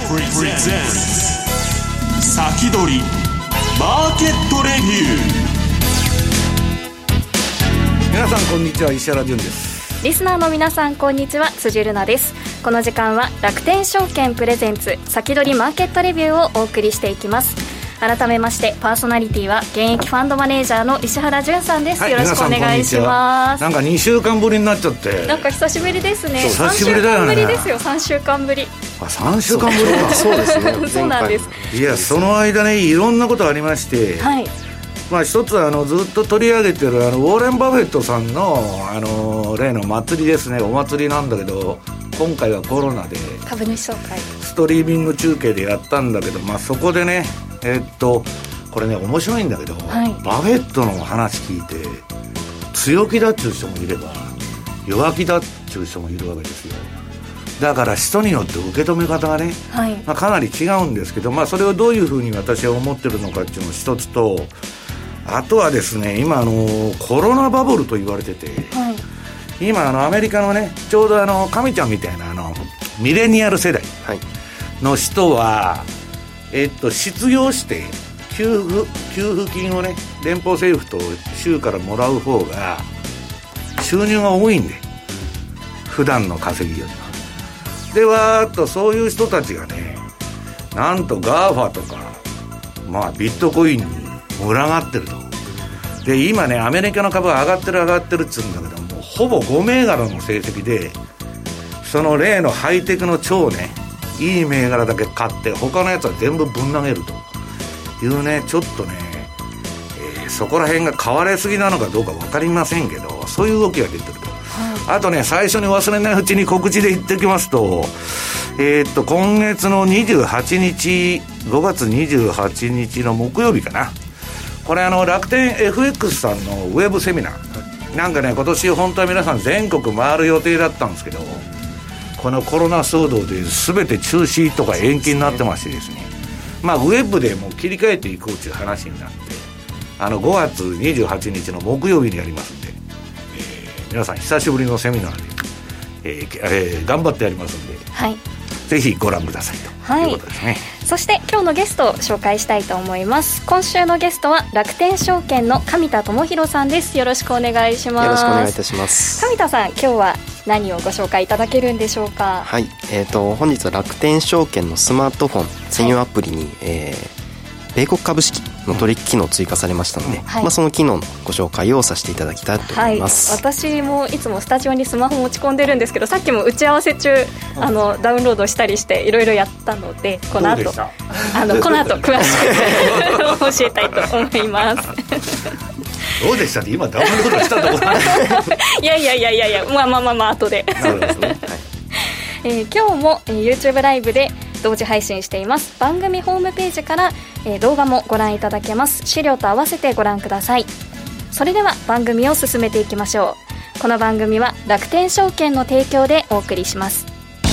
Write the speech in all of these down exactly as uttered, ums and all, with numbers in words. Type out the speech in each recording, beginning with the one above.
プレゼンツ先取りマーケットレビュー。 皆さんこんにちは、石原潤です。 リスナーの皆さんこんにちは、辻るなです。この時間は楽天証券プレゼンツ先取りマーケットレビューをお送りしていきます。改めましてパーソナリティは現役ファンドマネージャーの石原潤さんです、はい、よろしくお願いします。 なんかにしゅうかんぶりになっちゃって、 なんか久しぶりですね。 久しぶりだよね。 さんしゅうかんぶりですよ。さんしゅうかんぶり。 あ、さんしゅうかんぶりか。 そうですね。 そうなんです。 いや、その間ね、いろんなことありまして、はい、まあ、一つはあのずっと取り上げてるあのウォーレン・バフェットさんの、あの例の祭りですね。お祭りなんだけど、今回はコロナで株主総会ストリーミング中継でやったんだけど、まあ、そこでね、えっとこれね面白いんだけど、はい、バフェットの話聞いて強気だっちゅう人もいれば弱気だっちゅう人もいるわけですよ。だから人によって受け止め方がね、はい、まあ、かなり違うんですけど、まあ、それをどういうふうに私は思ってるのかっていうのを一つと、あとはですね、今あのコロナバブルと言われてて、はい、今あのアメリカのね、ちょうどあの神ちゃんみたいなあのミレニアル世代の人は、えっと失業して給付、給付金をね、連邦政府と州からもらう方が収入が多いんで、普段の稼ぎよりは。でわーっとそういう人たちがね、なんと ガーファ とか、まあ、ビットコインに群がってると。で今ね、アメリカの株は上がってる上がってるっつうんだけども、ほぼご銘柄の成績で、その例のハイテクの超ね、いい銘柄だけ買って他のやつは全部ぶん投げるというね、ちょっとね、えー、そこら辺が買われすぎなのかどうか分かりませんけど、そういう動きが出てると。あとね、最初に忘れないうちに告知で言っておきますと、えー、っと今月のにじゅうはちにち、ごがつにじゅうはちにちの木曜日かな、これあの楽天 エフエックス さんのウェブセミナーなんかね、今年本当は皆さん全国回る予定だったんですけど、このコロナ騒動で全て中止とか延期になってましてですね、まあ、ウェブでもう切り替えていこうという話になって、あのごがつにじゅうはちにちの木曜日にやりますんで、えー、皆さん久しぶりのセミナーで、えーえー、頑張ってやりますんで、はい、ぜひご覧くださいということですね。 そして今日のゲストを紹介したいと思います。今週のゲストは楽天証券の上田智博さんです。よろしくお願いします。 よろしくお願いいたします。 上田さん、今日は何をご紹介いただけるんでしょうか。 はい、えー、と本日は楽天証券のスマートフォン専用アプリに、はい、えー、米国株式の取引機能追加されましたので、はい、まあ、その機能のご紹介をさせていただきたいと思います。 はい、私もいつもスタジオにスマホ持ち込んでるんですけど、さっきも打ち合わせ中、うん、あのダウンロードしたりしていろいろやったので、この後あのこの後詳しく教えたいと思います。 どうでしたって、今ダウンロードしたところいやいやいやいやいや、まあまあまあまあ後で。そうですね。はい、えー、今日も、えー、YouTube ライブで同時配信しています。番組ホームページから、えー、動画もご覧いただけます。資料と合わせてご覧ください。それでは番組を進めていきましょう。この番組は楽天証券の提供でお送りします。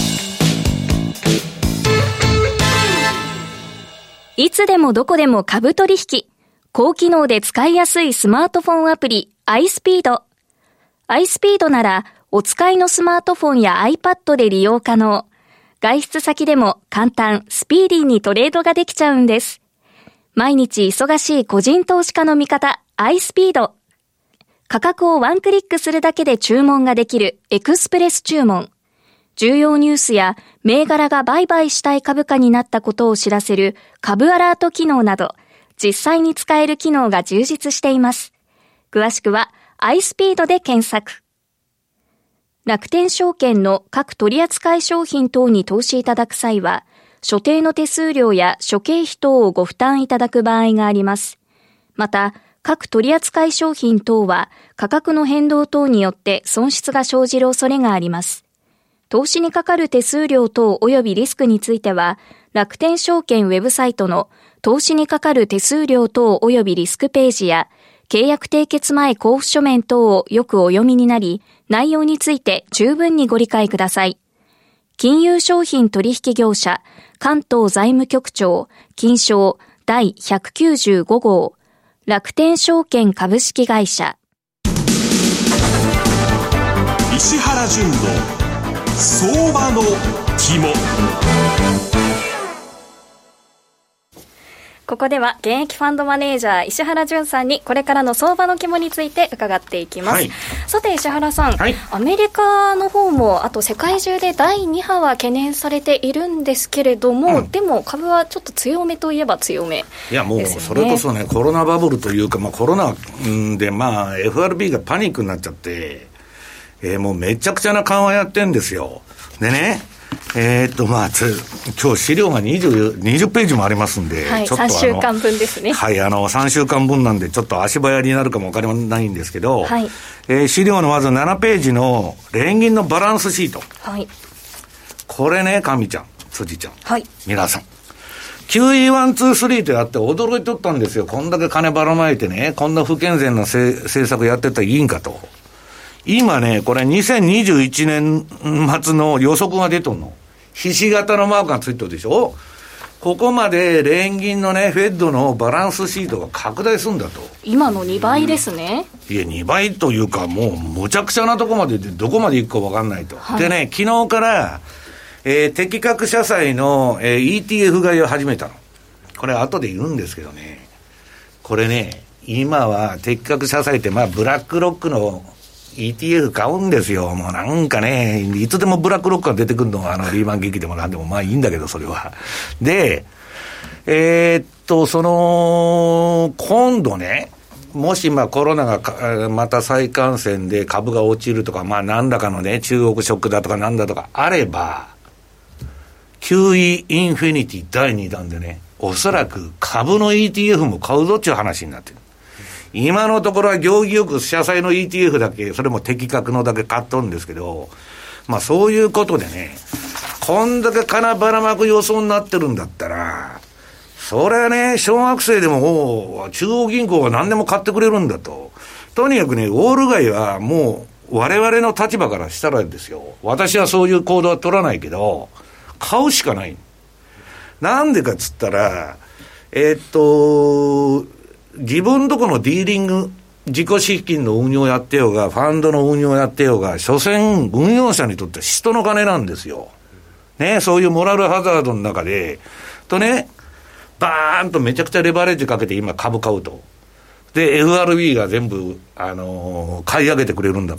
いつでもどこでも株取引、高機能で使いやすいスマートフォンアプリ iSpeed。 iSpeed ならお使いのスマートフォンや iPad で利用可能。外出先でも簡単、スピーディーにトレードができちゃうんです。毎日忙しい個人投資家の味方、iSpeed。価格をワンクリックするだけで注文ができるエクスプレス注文。重要ニュースや銘柄が売買したい株価になったことを知らせる株アラート機能など、実際に使える機能が充実しています。詳しくは iSpeed で検索。楽天証券の各取扱商品等に投資いただく際は、所定の手数料や諸経費等をご負担いただく場合があります。また、各取扱商品等は価格の変動等によって損失が生じる恐れがあります。投資にかかる手数料等及びリスクについては、楽天証券ウェブサイトの投資にかかる手数料等及びリスクページや、契約締結前交付書面等をよくお読みになり、内容について十分にご理解ください。金融商品取引業者、関東財務局長、金商第ひゃくきゅうじゅうご号、楽天証券株式会社。 石原潤の相場の肝。 ここでは現役ファンドマネージャー石原淳さんにこれからの相場の肝について伺っていきます、はい、さて石原さん、はい、アメリカの方もあと世界中でだいに波は懸念されているんですけれども、うん、でも株はちょっと強めといえば強めですよね。 いやもうそれこそねコロナバブルというか、まあ、コロナでまあ エフアールビー がパニックになっちゃって、えー、もうめちゃくちゃな緩和やってんですよ。でねえー、っとまあ今日資料が 20, 20ページもありますんで、 はい、 ちょっとあのさんしゅうかんぶんですね。 はいあのさんしゅうかんぶんなんでちょっと足早になるかも分からないんですけど、 はいえー、資料のまずななページの連銀のバランスシート、 はい、 これね神ちゃん辻ちゃん、 はい、 皆さん キューイーワンツースリー とやって驚いとったんですよ。こんだけ金ばらまいてねこんな不健全な政策やってたらいいんかと。今ねこれにせんにじゅういちねん末の予測が出とんの。ひし形のマークがついてるでしょ。ここまで連銀のねフェッドのバランスシートが拡大するんだと。 今のにばいですね、 うん、いやにばいというかもうむちゃくちゃなとこまででどこまで行くか分かんないと、はい、でね昨日から、えー、適格社債の、えー、イーティーエフ 買いを始めたの。これ後で言うんですけどねこれね今は適格社債ってまあブラックロックのイーティーエフ 買うんですよ。もうなんかね、いつでもブラックロックが出てくるのが、あの、リーマン劇でもなんでもまあいいんだけど、それは。で、えー、っと、その、今度ね、もしまあコロナがまた再感染で株が落ちるとか、まあ何らかのね、中国ショックだとかなんだとかあれば、キューイー インフィニティだいにだんでね、おそらく株の イーティーエフ も買うぞっていう話になってる。今のところは行儀よく社債の イーティーエフ だけ、それも適格のだけ買っとるんですけど、まあそういうことでね、こんだけ金ばらまく予想になってるんだったら、それはね、小学生でももう中央銀行が何でも買ってくれるんだと。とにかくね、ウォール街はもう我々の立場からしたらですよ、私はそういう行動は取らないけど、買うしかない。なんでかっつったら、えー、っと、自分とこのディーリング、自己資金の運用やってようが、ファンドの運用やってようが、所詮運用者にとって人の金なんですよ。ね、そういうモラルハザードの中で、とね、バーンとめちゃくちゃレバレッジかけて今株買うと。で、エフアールビー が全部、あのー、買い上げてくれるんだから、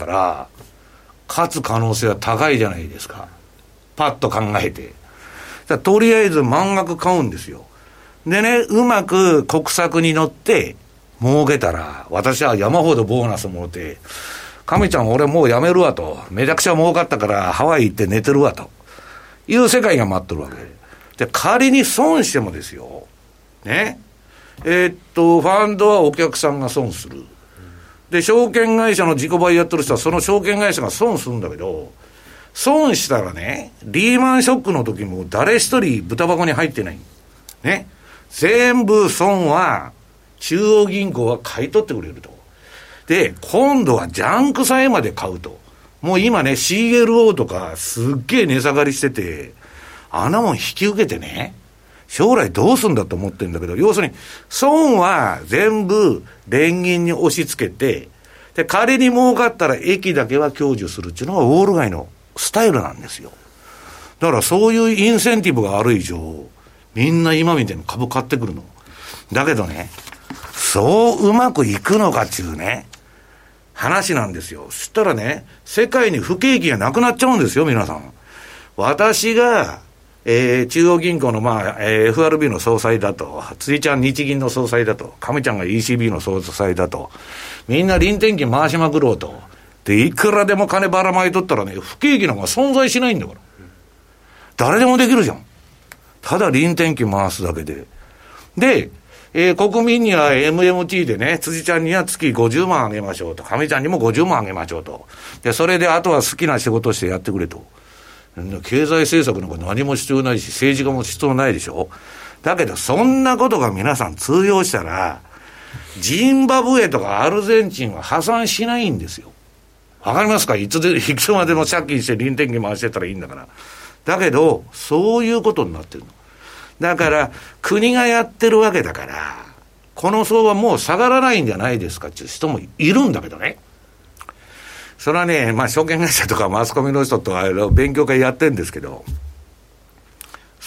勝つ可能性は高いじゃないですか。パッと考えて。とりあえず満額買うんですよ。でね、うまく国策に乗って儲けたら、私は山ほどボーナスもろて、神ちゃん俺もうやめるわと、めちゃくちゃ儲かったからハワイ行って寝てるわという世界が待ってるわけで、仮に損してもですよね、えー、っとファンドはお客さんが損する。で証券会社の自己売やってる人はその証券会社が損するんだけど、損したらね、リーマンショックの時も誰一人豚箱に入ってないね。全部損は中央銀行は買い取ってくれると。で今度はジャンク債まで買うと。もう今ね シーエルオー とかすっげえ値下がりしてて、あんなもん引き受けてね将来どうすんだと思ってるんだけど、要するに損は全部連銀に押し付けて、で仮に儲かったら益だけは享受するっていうのがウォール街のスタイルなんですよ。だからそういうインセンティブがある以上みんな今みたいに株買ってくるの。だけどね、そううまくいくのかっていうね、話なんですよ。そしたらね、世界に不景気がなくなっちゃうんですよ、皆さん。私が、えー、中央銀行の、まあ、えー、エフアールビー の総裁だと、辻ちゃん日銀の総裁だと、亀ちゃんが イーシービー の総裁だと、みんな臨転機回しまくろうと。で、いくらでも金ばらまいとったらね、不景気なんか存在しないんだから。誰でもできるじゃん。ただ臨転機回すだけで。で、えー、国民には エムエムティー でね、辻ちゃんには月ごじゅうまんあげましょうと、亀ちゃんにもごじゅうまんあげましょうと。で、それであとは好きな仕事をしてやってくれと。経済政策なんか何も必要ないし、政治家も必要ないでしょ。だけど、そんなことが皆さん通用したら、ジンバブエとかアルゼンチンは破産しないんですよ。わかりますか？いつで、いつまでも借金して臨転機回してたらいいんだから。だけど、そういうことになってるの。だから、国がやってるわけだから、この相場もう下がらないんじゃないですかっていう人もいるんだけどね。それはね、まあ、証券会社とかマスコミの人とか勉強会やってるんですけど、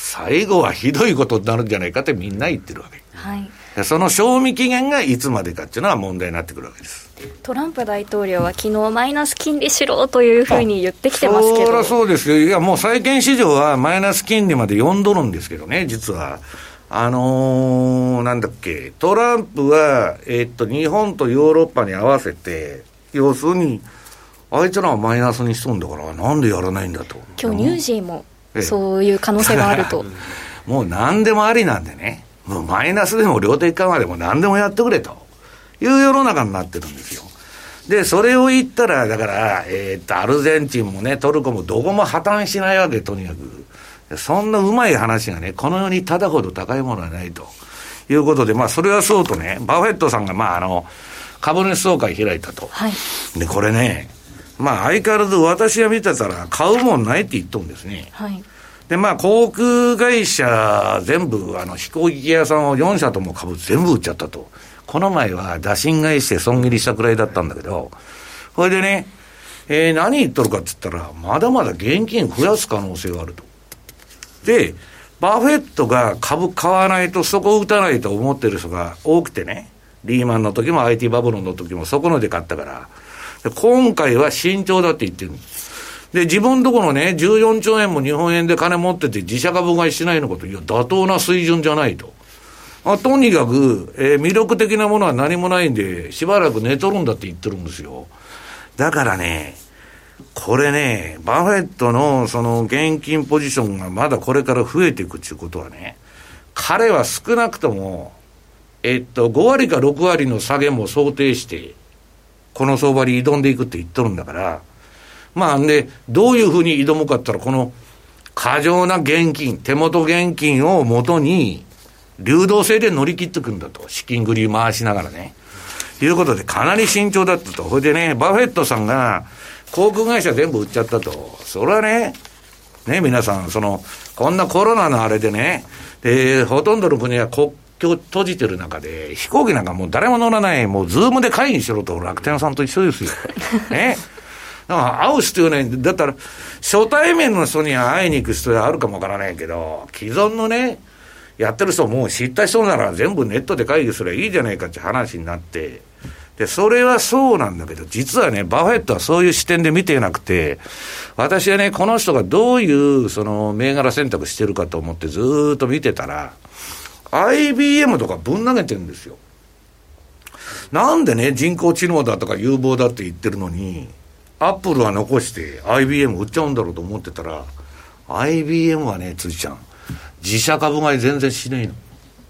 最後はひどいことになるんじゃないかってみんな言ってるわけ。はい。その賞味期限がいつまでかっていうのは問題になってくるわけです。 トランプ大統領は昨日マイナス金利しろというふうに言ってきてますけど。 そりゃそうですよ。いやもう債券市場はマイナス金利まで読んどるんですけどね、実は。あのー、なんだっけ、トランプは、えー、っと、日本とヨーロッパに合わせて、要するに、あいつらはマイナスにしとんだから、なんでやらないんだと。 今日ニュージーもそういう可能性があると。 もう何でもありなんでね。もうマイナスでも量的緩和でも何でもやってくれという世の中になってるんですよ。で、それを言ったら、だから、えー、っと、アルゼンチンもね、トルコもどこも破綻しないわけ、とにかく。そんなうまい話がね、この世にただほど高いものはないということで、まあ、それはそうとね、バフェットさんが、まあ、あの、株主総会開いたと。はい。で、これね、まあ、相変わらず私が見てたら、買うもんないって言っとるんですね。はい。で、まあ、航空会社全部、あの、飛行機屋さんをよん社とも株全部売っちゃったと。この前は打診買いして損切りしたくらいだったんだけど、それでね、えー、何言っとるかって言ったら、まだまだ現金増やす可能性があると。で、バフェットが株買わないとそこを打たないと思ってる人が多くてね、リーマンの時も アイティー バブルの時もそこので買ったから、で今回は慎重だって言ってるんです。で、自分とこのね、じゅうよんちょうえんも日本円で金持ってて自社株買いしないのこと、いや、妥当な水準じゃないと。あとにかく、えー、魅力的なものは何もないんで、しばらく寝とるんだって言ってるんですよ。だからね、これね、バフェットのその現金ポジションがまだこれから増えていくっていうことはね、彼は少なくとも、えっと、ご割かろく割の下げも想定して、この相場に挑んでいくって言っとるんだから、まあね、どういうふうに挑むかって言ったら、この過剰な現金、手元現金を元に、流動性で乗り切ってくんだと。資金繰り回しながらね。ということで、かなり慎重だったと。それでね、バフェットさんが、航空会社全部売っちゃったと。それはね、ね、皆さん、その、こんなコロナのあれでね、で、ほとんどの国は国境閉じてる中で、飛行機なんかもう誰も乗らない、もうズームで会議しろと、楽天さんと一緒ですよ。ね。だから会う必要ない。だったら、初対面の人には会いに行く必要はあるかもわからないけど、既存のね、やってる人もう知った人なら全部ネットで会議すればいいじゃないかって話になって、で、それはそうなんだけど、実はね、バフェットはそういう視点で見てなくて、私はね、この人がどういう、その、銘柄選択してるかと思ってずーっと見てたら、アイビーエム とかぶん投げてるんですよ。なんでね、人工知能だとか有望だって言ってるのに、アップルは残して アイビーエム 売っちゃうんだろうと思ってたら、アイビーエム はね、ついちゃん、自社株買い全然しないの。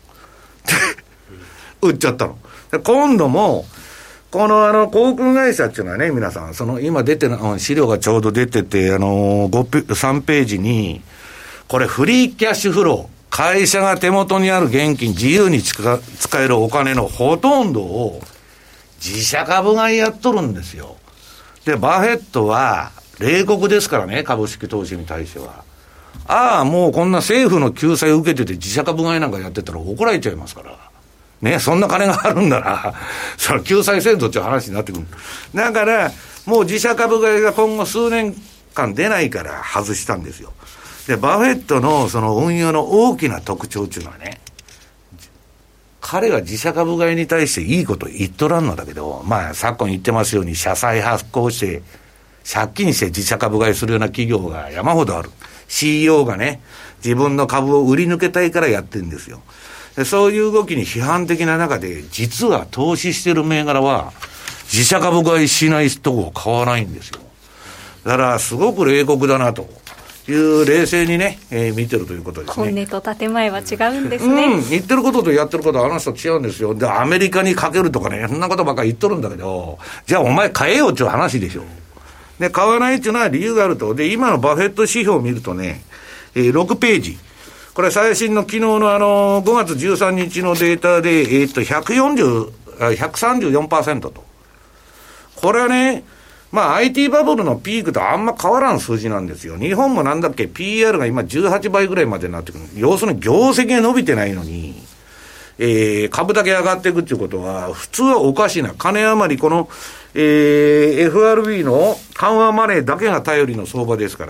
売っちゃったの。で今度も、このあの、航空会社っていうのはね、皆さん、その今出てる、資料がちょうど出てて、あの、ごペ、さんページに、これフリーキャッシュフロー、会社が手元にある現金、自由に使えるお金のほとんどを、自社株買いやっとるんですよ。で、バフェットは、冷酷ですからね、株式投資に対しては。ああ、もうこんな政府の救済を受けてて自社株買いなんかやってたら怒られちゃいますから。ね、そんな金があるんなら、その救済制度っていう話になってくる。だから、もう自社株買いが今後数年間出ないから外したんですよ。で、バフェットのその運用の大きな特徴っていうのはね、彼は自社株買いに対していいこと言っとらんのだけど、まあ昨今言ってますように社債発行して、借金して自社株買いするような企業が山ほどある。シーイーオー がね、自分の株を売り抜けたいからやってるんですよ。でそういう動きに批判的な中で、実は投資してる銘柄は、自社株買いしないとこ買わないんですよ。だから、すごく冷酷だなという冷静にね、えー、見てるということですね。 本音と建前は違うんですね。 うん、言ってることとやってることはあの人違うんですよ。で、アメリカにかけるとかね、そんなことばっかり言っとるんだけど、じゃあお前買えよっていう話でしょ。で、買わないっていうのは理由があると。で、今のバフェット指標を見るとね、えー、ろくページ。これ最新の昨日のあの、ごがつじゅうさんにちのデータで、えー、っと、ひゃくよんじゅう、ひゃくさんじゅうよんパーセント と。これはね、まあ アイティー バブルのピークとあんま変わらん数字なんですよ。日本もなんだっけ、ピーアール が今じゅうはちばいぐらいまでになってくる。要するに業績が伸びてないのに、えー、株だけ上がっていくっていうことは、普通はおかしな。金余りこの、えー、エフアールビー の緩和マネーだけが頼りの相場ですから。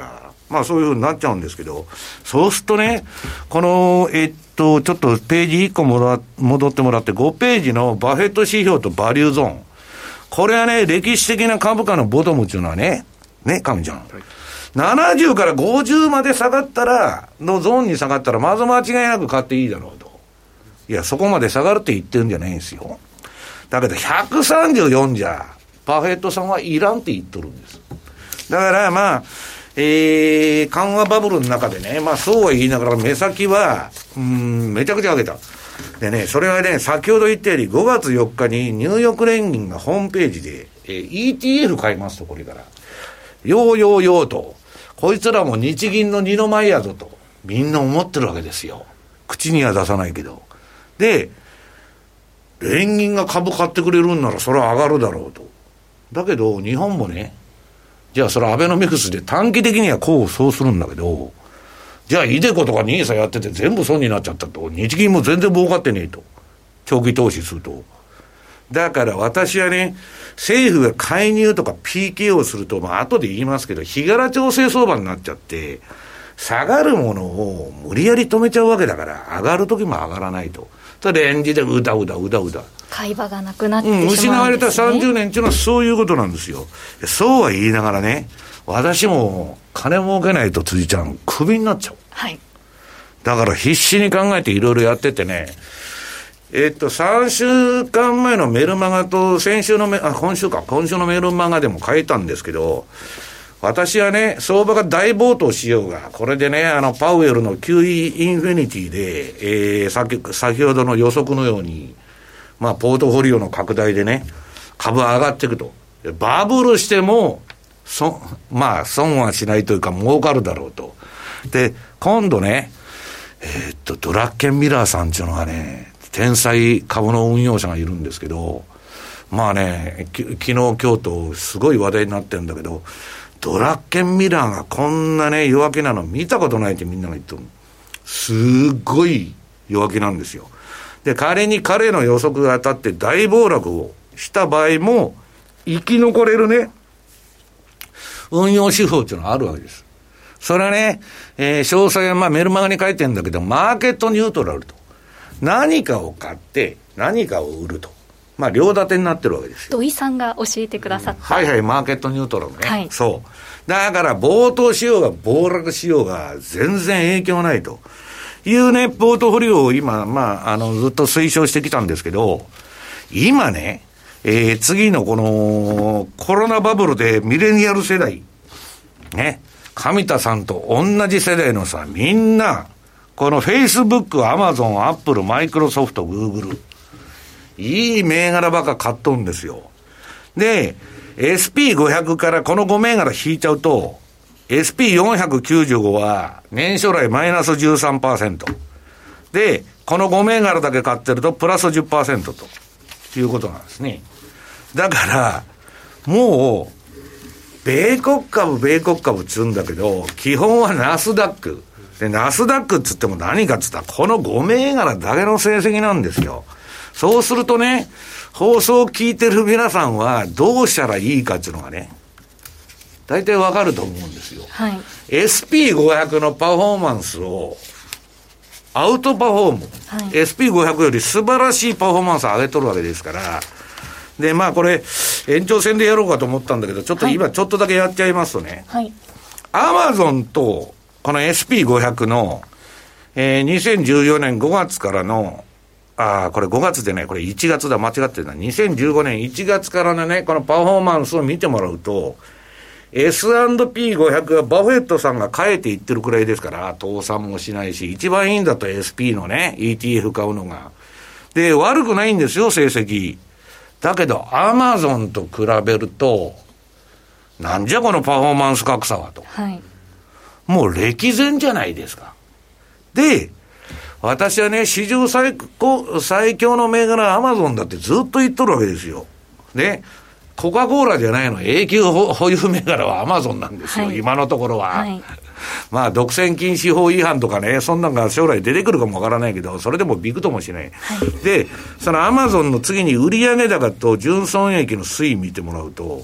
まあそういう風になっちゃうんですけど、そうするとね、この、えっと、ちょっとページいっこ戻ってもらって、ごページのバフェット指標とバリューゾーン。これはね、歴史的な株価のボトムっていうのはね、ね、神ちゃん。はい、ななじゅうからごじゅうまで下がったら、のゾーンに下がったら、まず間違いなく買っていいだろうと。いや、そこまで下がるって言ってるんじゃないんですよ。だけど、ひゃくさんじゅうよんじゃ、バフェットさんはいらんって言っとるんです。だからまあ、えー、緩和バブルの中でね、まあそうは言いながら目先は、うーん、めちゃくちゃ上げた。でね、それはね、先ほど言ったよりごがつよっかにニューヨーク連銀がホームページで、えー、イーティーエフ 買いますと、これから。ようようようと、こいつらも日銀の二の舞やぞと、みんな思ってるわけですよ。口には出さないけど。で、連銀が株買ってくれるんならそれは上がるだろうと。だけど、日本もね、じゃあそれアベノミクスで短期的にはこうそうするんだけど、じゃあイデコとかニーサやってて全部損になっちゃったと、日銀も全然儲かってねえと、長期投資すると。だから私はね、政府が介入とか ピーケー をすると、まあ後で言いますけど、日柄調整相場になっちゃって、下がるものを無理やり止めちゃうわけだから、上がるときも上がらないと。それレンジでうだうだうだうだ。 買い場がなくなってしまうんですね。 うん、失われたさんじゅうねんっていうのはそういうことなんですよ。そうは言いながらね、私も金儲けないと辻ちゃん、クビになっちゃう。 はい。 だから必死に考えていろいろやっててね、えっと、さんしゅうかんまえのメルマガと先週のメ、あ、今週か、今週のメルマガでも書いたんですけど、私はね、相場が大暴騰しようが、これでね、あの、パウエルの キューイー インフィニティで、えー、先、先ほどの予測のように、まあ、ポートフォリオの拡大でね、株は上がっていくと。バブルしても、そ、まあ、損はしないというか、儲かるだろうと。で、今度ね、えー、っと、ドラッケンミラーさんっていうのがね、天才株の運用者がいるんですけど、まあね、き昨日、今日とすごい話題になってるんだけど、ドラッケンミラーがこんなね、弱気なの見たことないってみんなが言ってる。すっごい弱気なんですよ。で、仮に彼の予測が当たって大暴落をした場合も、生き残れるね、運用手法っていうのがあるわけです。それはね、えー、詳細はまあメルマガに書いてるんだけど、マーケットニュートラルと。何かを買って、何かを売ると。まあ、両立てになってるわけですよ。 土井さんが教えてくださった、うん、 はいはい、マーケットニュートラルね、 はい、 そうだから暴騰しようが暴落しようが全然影響ないというね、ポートフォリオを今、まあ、あのずっと推奨してきたんですけど、今ね、えー、次のこのコロナバブルでミレニアル世代ね、上田さんと同じ世代のさ、みんなこのフェイスブック、アマゾン、アップル、マイクロソフト、グーグル、いい銘柄ばっか買っとるんですよ。で、エスピーごひゃく からこのご銘柄引いちゃうと、エスピーよんひゃくきゅうじゅうご は年初来マイナス じゅうさんパーセント。で、このご銘柄だけ買ってるとプラス じゅっパーセント ということなんですね。だから、もう、米国株、米国株っつうんだけど、基本はナスダック。で、ナスダックっつっても何かっつったら、このご銘柄だけの成績なんですよ。そうするとね、放送を聞いてる皆さんはどうしたらいいかっていうのがね、大体わかると思うんですよ。 はい、 エスピーごひゃく のパフォーマンスをアウトパフォーム、はい、エスピーごひゃく より素晴らしいパフォーマンスを上げとるわけですから、で、まあこれ延長戦でやろうかと思ったんだけど、ちょっと今ちょっとだけやっちゃいますとね、はい、アマゾンとこの エスピーごひゃく の、えー、にせんじゅうよねんごがつからのああ、これごがつでね、これいちがつだ、間違ってるな。にせんじゅうごねんいちがつからのね、このパフォーマンスを見てもらうと、エスアンドピーごひゃく はバフェットさんが変えていってるくらいですから、倒産もしないし、一番いいんだと エスピー のね、イーティーエフ 買うのが。で、悪くないんですよ、成績。だけど、アマゾンと比べると、なんじゃこのパフォーマンス格差はと。はい。もう歴然じゃないですか。で、私はね、史上最高、最強の銘柄アマゾンだってずっと言っとるわけですよ。ね。コカ・コーラじゃないの、永久保有銘柄はアマゾンなんですよ、はい、今のところは。はい、まあ、独占禁止法違反とかね、そんなんが将来出てくるかもわからないけど、それでもビクともしない。はい、で、そのアマゾンの次に売上高と純損益の推移見てもらうと、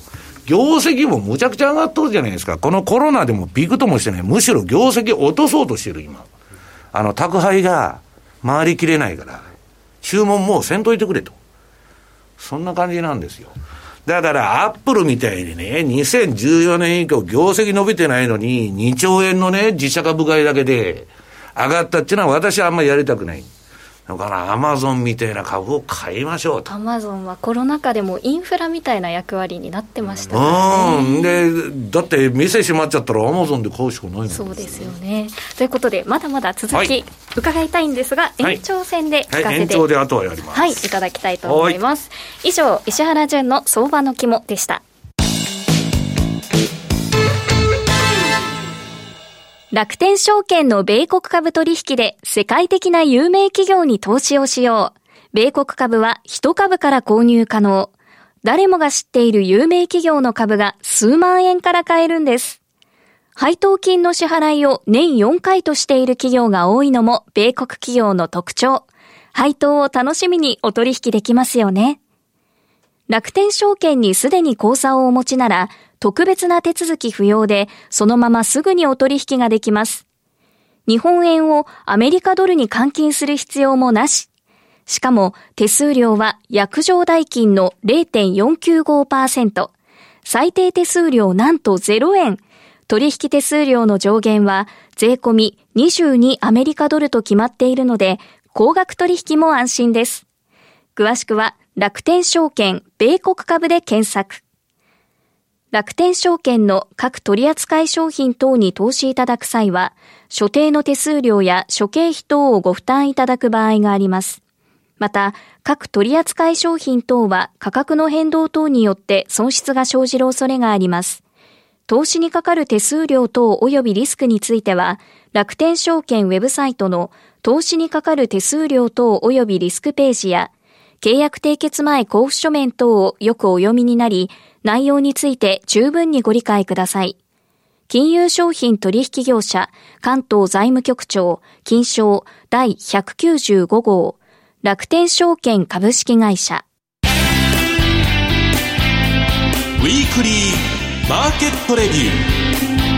業績もむちゃくちゃ上がっとるじゃないですか。このコロナでもビクともしてない。むしろ業績落とそうとしてる今。あの、宅配が回りきれないから、注文もうせんといてくれと。そんな感じなんですよ。だからアップルみたいにね、にせんじゅうよねん以降業績伸びてないのににちょうえんのね、自社株買いだけで上がったっていうのは私はあんまりやりたくない。だからアマゾンみたいな株を買いましょうと。 アマゾンはコロナ禍でもインフラみたいな役割になってましたからね。 うん。で、だって店閉まっちゃったらアマゾンで買うしかないもん。 そうですよね。ということでまだまだ続き伺いたいんですが、はい、延長戦で聞かせて、はいはい、延長で後はやります。はい、いただきたいと思います。以上、石原淳の相場の肝でした。楽天証券の米国株取引で世界的な有名企業に投資をしよう。米国株は一株から購入可能。誰もが知っている有名企業の株が数万円から買えるんです。配当金の支払いを年よんかいとしている企業が多いのも米国企業の特徴。配当を楽しみにお取引できますよね。楽天証券にすでに口座をお持ちなら、特別な手続き不要で、そのまますぐにお取引ができます。日本円をアメリカドルに換金する必要もなし。しかも手数料は約定代金の ゼロてんよんきゅうごパーセント。最低手数料なんとゼロえん。取引手数料の上限は税込みにじゅうにアメリカドルと決まっているので、高額取引も安心です。詳しくは楽天証券米国株で検索。楽天証券の各取扱商品等に投資いただく際は、所定の手数料や諸経費等をご負担いただく場合があります。また、各取扱商品等は価格の変動等によって損失が生じる恐れがあります。投資にかかる手数料等及びリスクについては、楽天証券ウェブサイトの投資にかかる手数料等及びリスクページや、契約締結前交付書面等をよくお読みになり、内容について十分にご理解ください。金融商品取引業者関東財務局長金商第ひゃくきゅうじゅうご号楽天証券株式会社。 ウィークリーマーケットレビュー。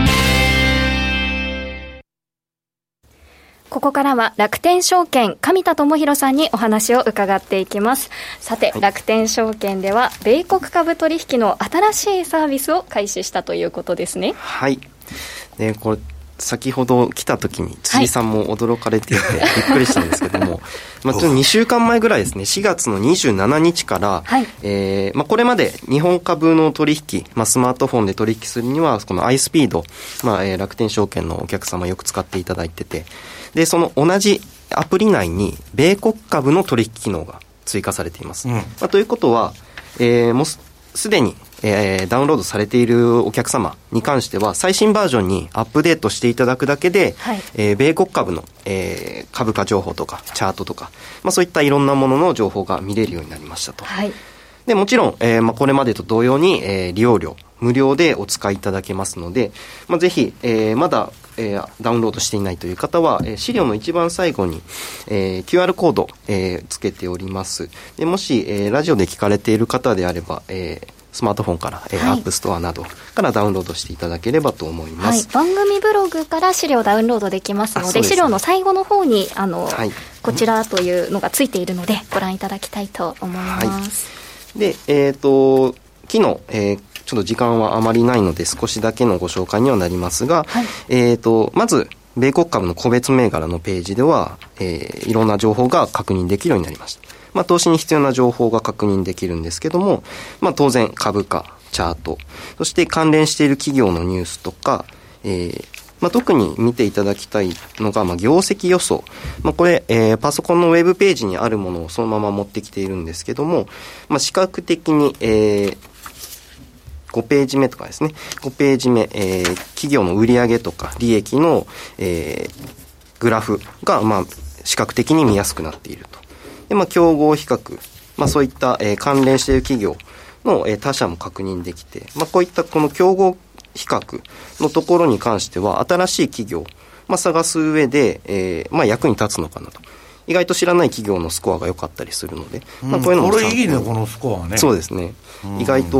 ここからは楽天証券上田智博さんにお話を伺っていきます。さて、はい、楽天証券では米国株取引の新しいサービスを開始したということですね。 はい。で、これ先ほど来た時に辻さんも驚かれていて、はい、びっくりしたんですけどもまあちょっとにしゅうかんまえぐらいですね、しがつのにじゅうしちにちから、はい、えーまあ、これまで日本株の取引、まあ、スマートフォンで取引するにはこの iSpeed、まあえー、楽天証券のお客様よく使っていただいてて、でその同じアプリ内に米国株の取引機能が追加されています、うん、まあ、ということは、えー、もうすでにえー、ダウンロードされているお客様に関しては最新バージョンにアップデートしていただくだけで、はい、えー、米国株の、えー、株価情報とかチャートとか、まあ、そういったいろんなものの情報が見れるようになりましたと、はい、でもちろん、えーまあ、これまでと同様に、えー、利用料無料でお使いいただけますので、まあ、ぜひ、えー、まだ、えー、ダウンロードしていないという方は、えー、資料の一番最後に、えー、キューアール コード、えー、つけております。でもし、えー、ラジオで聞かれている方であれば、えースマートフォンから、えーはい、アップストアなどからダウンロードしていただければと思います、 はい、番組ブログから資料ダウンロードできますの で, で、ね、資料の最後の方にあの、はい、こちらというのがついているのでご覧いただきたいと思います、 はい、で、えーと昨日、えー、ちょっと時間はあまりないので少しだけのご紹介にはなりますが、はい、えーとまず米国株の個別銘柄のページでは、えー、いろんな情報が確認できるようになりました。まあ、投資に必要な情報が確認できるんですけども、まあ、当然株価、チャート、そして関連している企業のニュースとか、えーまあ、特に見ていただきたいのが、まあ、業績予想、まあ、これ、えー、パソコンのウェブページにあるものをそのまま持ってきているんですけども、まあ、視覚的に、えー、ごページ目とかですね、ごページ目、えー、企業の売上とか利益の、えー、グラフが、まあ、視覚的に見やすくなっていると。で、まあ、競合比較、まあ、そういった、えー、関連している企業の、えー、他社も確認できて、まあ、こういったこの競合比較のところに関しては新しい企業、まあ、探す上で、えーまあ、役に立つのかなと。意外と知らない企業のスコアが良かったりするので、うん、まあ、こういうのもこれいいね、このスコアはね。 そうですね、意外と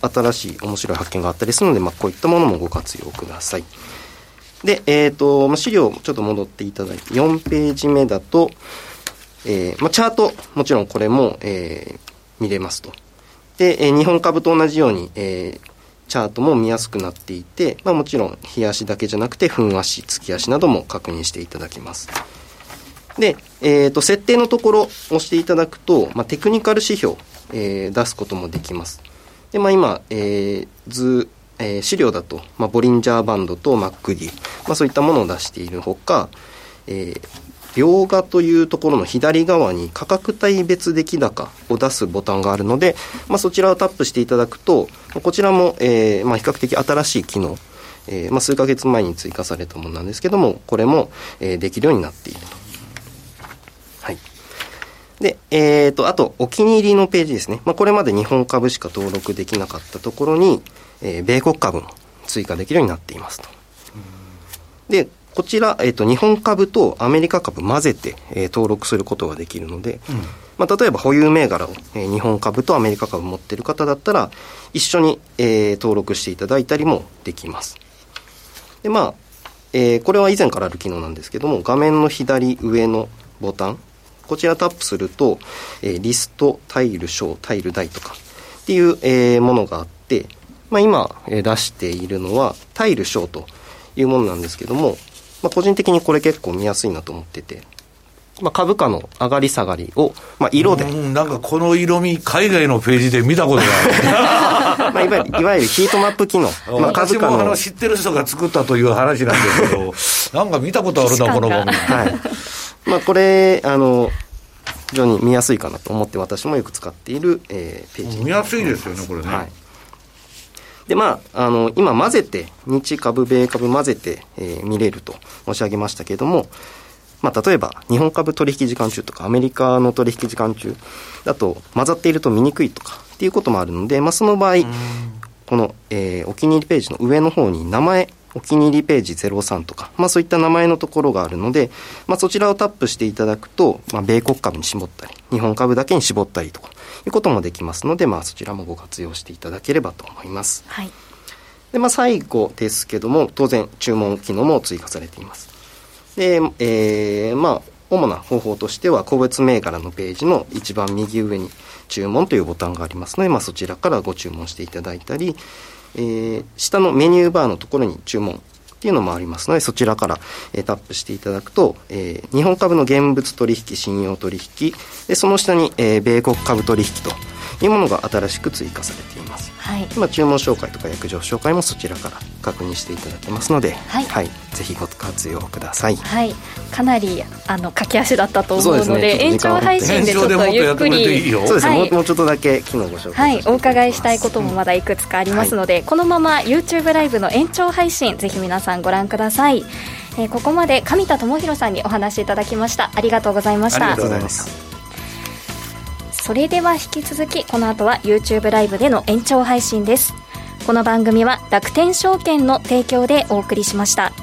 新しい面白い発見があったりするので、まあ、こういったものもご活用ください。で、えーと、資料ちょっと戻っていただいて、よんページ目だと、えーまあ、チャート、もちろんこれも、えー、見れますと。で、えー、日本株と同じように、えー、チャートも見やすくなっていて、まあ、もちろん日足だけじゃなくて分足、月足なども確認していただきます。で、えーと、設定のところを押していただくと、まあ、テクニカル指標、えー、出すこともできます。で、まあ、今、えー、図、えー、資料だと、まあ、ボリンジャーバンドと マックディ、まあ、そういったものを出しているほか、えー、描画というところの左側に価格帯別出来高を出すボタンがあるので、まあ、そちらをタップしていただくと、こちらも、えーまあ、比較的新しい機能、えーまあ、数ヶ月前に追加されたものなんですけども、これも、えー、できるようになっていると。はい。で、えーと、あと、お気に入りのページですね。まあ、これまで日本株しか登録できなかったところに、えー、米国株も追加できるようになっていますと。で、こちら、えーと、日本株とアメリカ株混ぜて、えー、登録することができるので、うん、まあ、例えば保有銘柄を、えー、日本株とアメリカ株持っている方だったら、一緒に、えー、登録していただいたりもできます。で、まあ、えー、これは以前からある機能なんですけども、画面の左上のボタン、こちらタップすると、えー、リスト、タイル、小、タイル、大とかっていう、えー、ものがあって、まあ、今、えー、出しているのはタイル、小というものなんですけども、まあ、個人的にこれ結構見やすいなと思ってて、まあ、株価の上がり下がりを、まあ、色で、 うん、なんかこの色味海外のページで見たことがあるまあいわゆるいわゆるヒートマップ機能、 まあ、株価の私もあの知ってる人が作ったという話なんですけどなんか見たことあるなこの画面、 はい、まあ、これあの非常に見やすいかなと思って私もよく使っている、えー、ページ見やすいですよねこれね、はい。 で、まあ、あの今混ぜて日株米株混ぜて、えー、見れると申し上げましたけれども、まあ、例えば日本株取引時間中とかアメリカの取引時間中だと混ざっていると見にくいとかっていうこともあるので、まあ、その場合この、えー、お気に入りページの上の方に名前お気に入りページゼロさんとか、まあ、そういった名前のところがあるので、まあ、そちらをタップしていただくと、まあ、米国株に絞ったり日本株だけに絞ったりとかいうこともできますので、まあ、そちらもご活用していただければと思います。 はい。 で、まあ、最後ですけども当然注文機能も追加されています。で、えー、まあ主な方法としては個別銘柄のページの一番右上に注文というボタンがありますので、まあ、そちらからご注文していただいたり、えー、下のメニューバーのところに注文っていうのもありますので、そちらから、えー、タップしていただくと、えー、日本株の現物取引信用取引でその下に、えー、米国株取引というものが新しく追加されています。はい、今注文紹介とか約定紹介もそちらから確認していただけますので、はいはい、ぜひご活用ください。 はい、かなりあの駆け足だったと思うの で, で、ね、延長配信でちょっとゆっくりそうですね、はい、もうちょっとだけ機能ご紹介、 はい、お伺いしたいこともまだいくつかありますので、はい、このまま YouTube ライブの延長配信ぜひ皆さんご覧ください。えー、ここまで上田智博さんにお話しいただきました。ありがとうございました。 ありがとうございます。 それでは引き続きこの後は YouTube ライブでの延長配信です。この番組は楽天証券の提供でお送りしました。